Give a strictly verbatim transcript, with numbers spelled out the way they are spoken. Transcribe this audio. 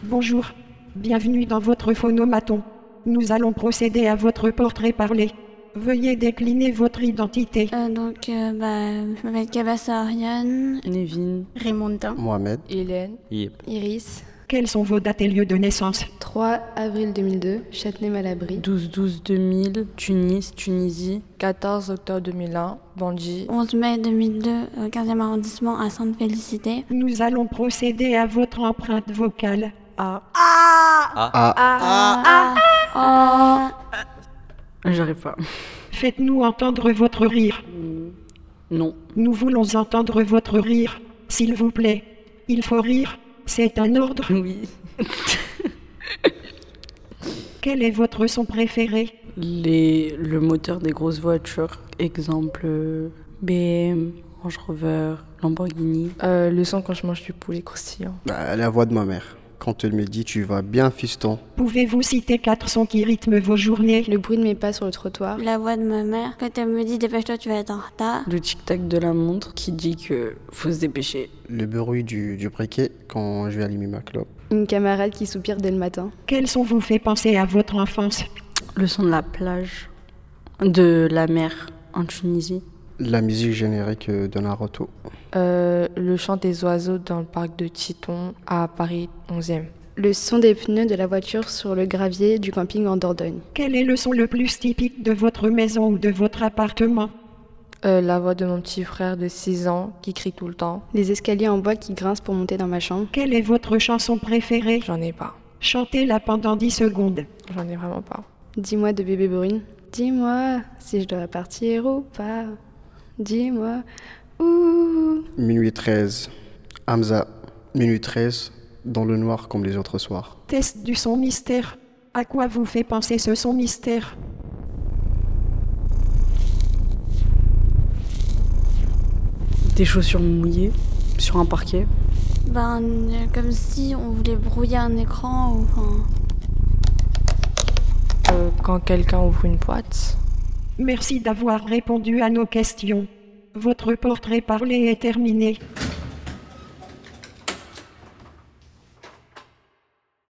Bonjour. Bienvenue dans votre phonomaton. Nous allons procéder à votre portrait parlé. Veuillez décliner votre identité. Euh, donc, euh, bah, je m'appelle Kabassa Ariane. Nevin. Raymonda. Mohamed. Hélène. Yep. Iris. Quels sont vos dates et lieux de naissance? trois avril deux mille deux, Châtenay-Malabry. douze douze deux mille, Tunis, Tunisie. quatorze octobre deux mille un, Bandji. onze mai deux mille deux, euh, quinzième arrondissement à Sainte-Félicité. Nous allons procéder à votre empreinte vocale. A. Ah. Ah, ah, J'arrive pas. Faites-nous entendre votre rire. Non. Nous voulons entendre votre rire, s'il vous plaît. Il faut rire, c'est un ordre. Oui. Quel est votre son préféré? Les, le moteur des grosses voitures. Exemple euh, B M, Range Rover, Lamborghini. Euh, le son quand je mange du poulet croustillant. Bah, la voix de ma mère. Quand elle me dit tu vas bien fiston. Pouvez-vous citer quatre sons qui rythment vos journées? Le bruit de mes pas sur le trottoir. la voix de ma mère. Quand elle me dit dépêche-toi, tu vas être en retard. Le tic-tac de la montre qui dit que faut se dépêcher. Le bruit du, du briquet quand je vais allumer ma clope. Une camarade qui soupire dès le matin. Quel son vous fait penser à votre enfance? Le son de la plage. De la mer en Tunisie. La musique générique de Naruto. Euh, le chant des oiseaux dans le parc de Titon à Paris onzième. Le son des pneus de la voiture sur le gravier du camping en Dordogne. Quel est le son le plus typique de votre maison ou de votre appartement? Euh, la voix de mon petit frère de six ans qui crie tout le temps. Les escaliers en bois qui grincent pour monter dans ma chambre. Quelle est votre chanson préférée? J'en ai pas. Chantez-la pendant dix secondes. J'en ai vraiment pas. Dis-moi de Bébé Brune. Dis-moi si je dois partir ou pas. Dis-moi où. Minuit treize. Hamza. Minuit treize. Dans le noir comme les autres soirs. Test du son mystère. À quoi vous fait penser ce son mystère? Des chaussures mouillées sur un parquet. Ben, euh, comme si on voulait brouiller un écran ou... Enfin, Euh, quand quelqu'un ouvre une boîte. Merci d'avoir répondu à nos questions. Votre portrait parlé est terminé.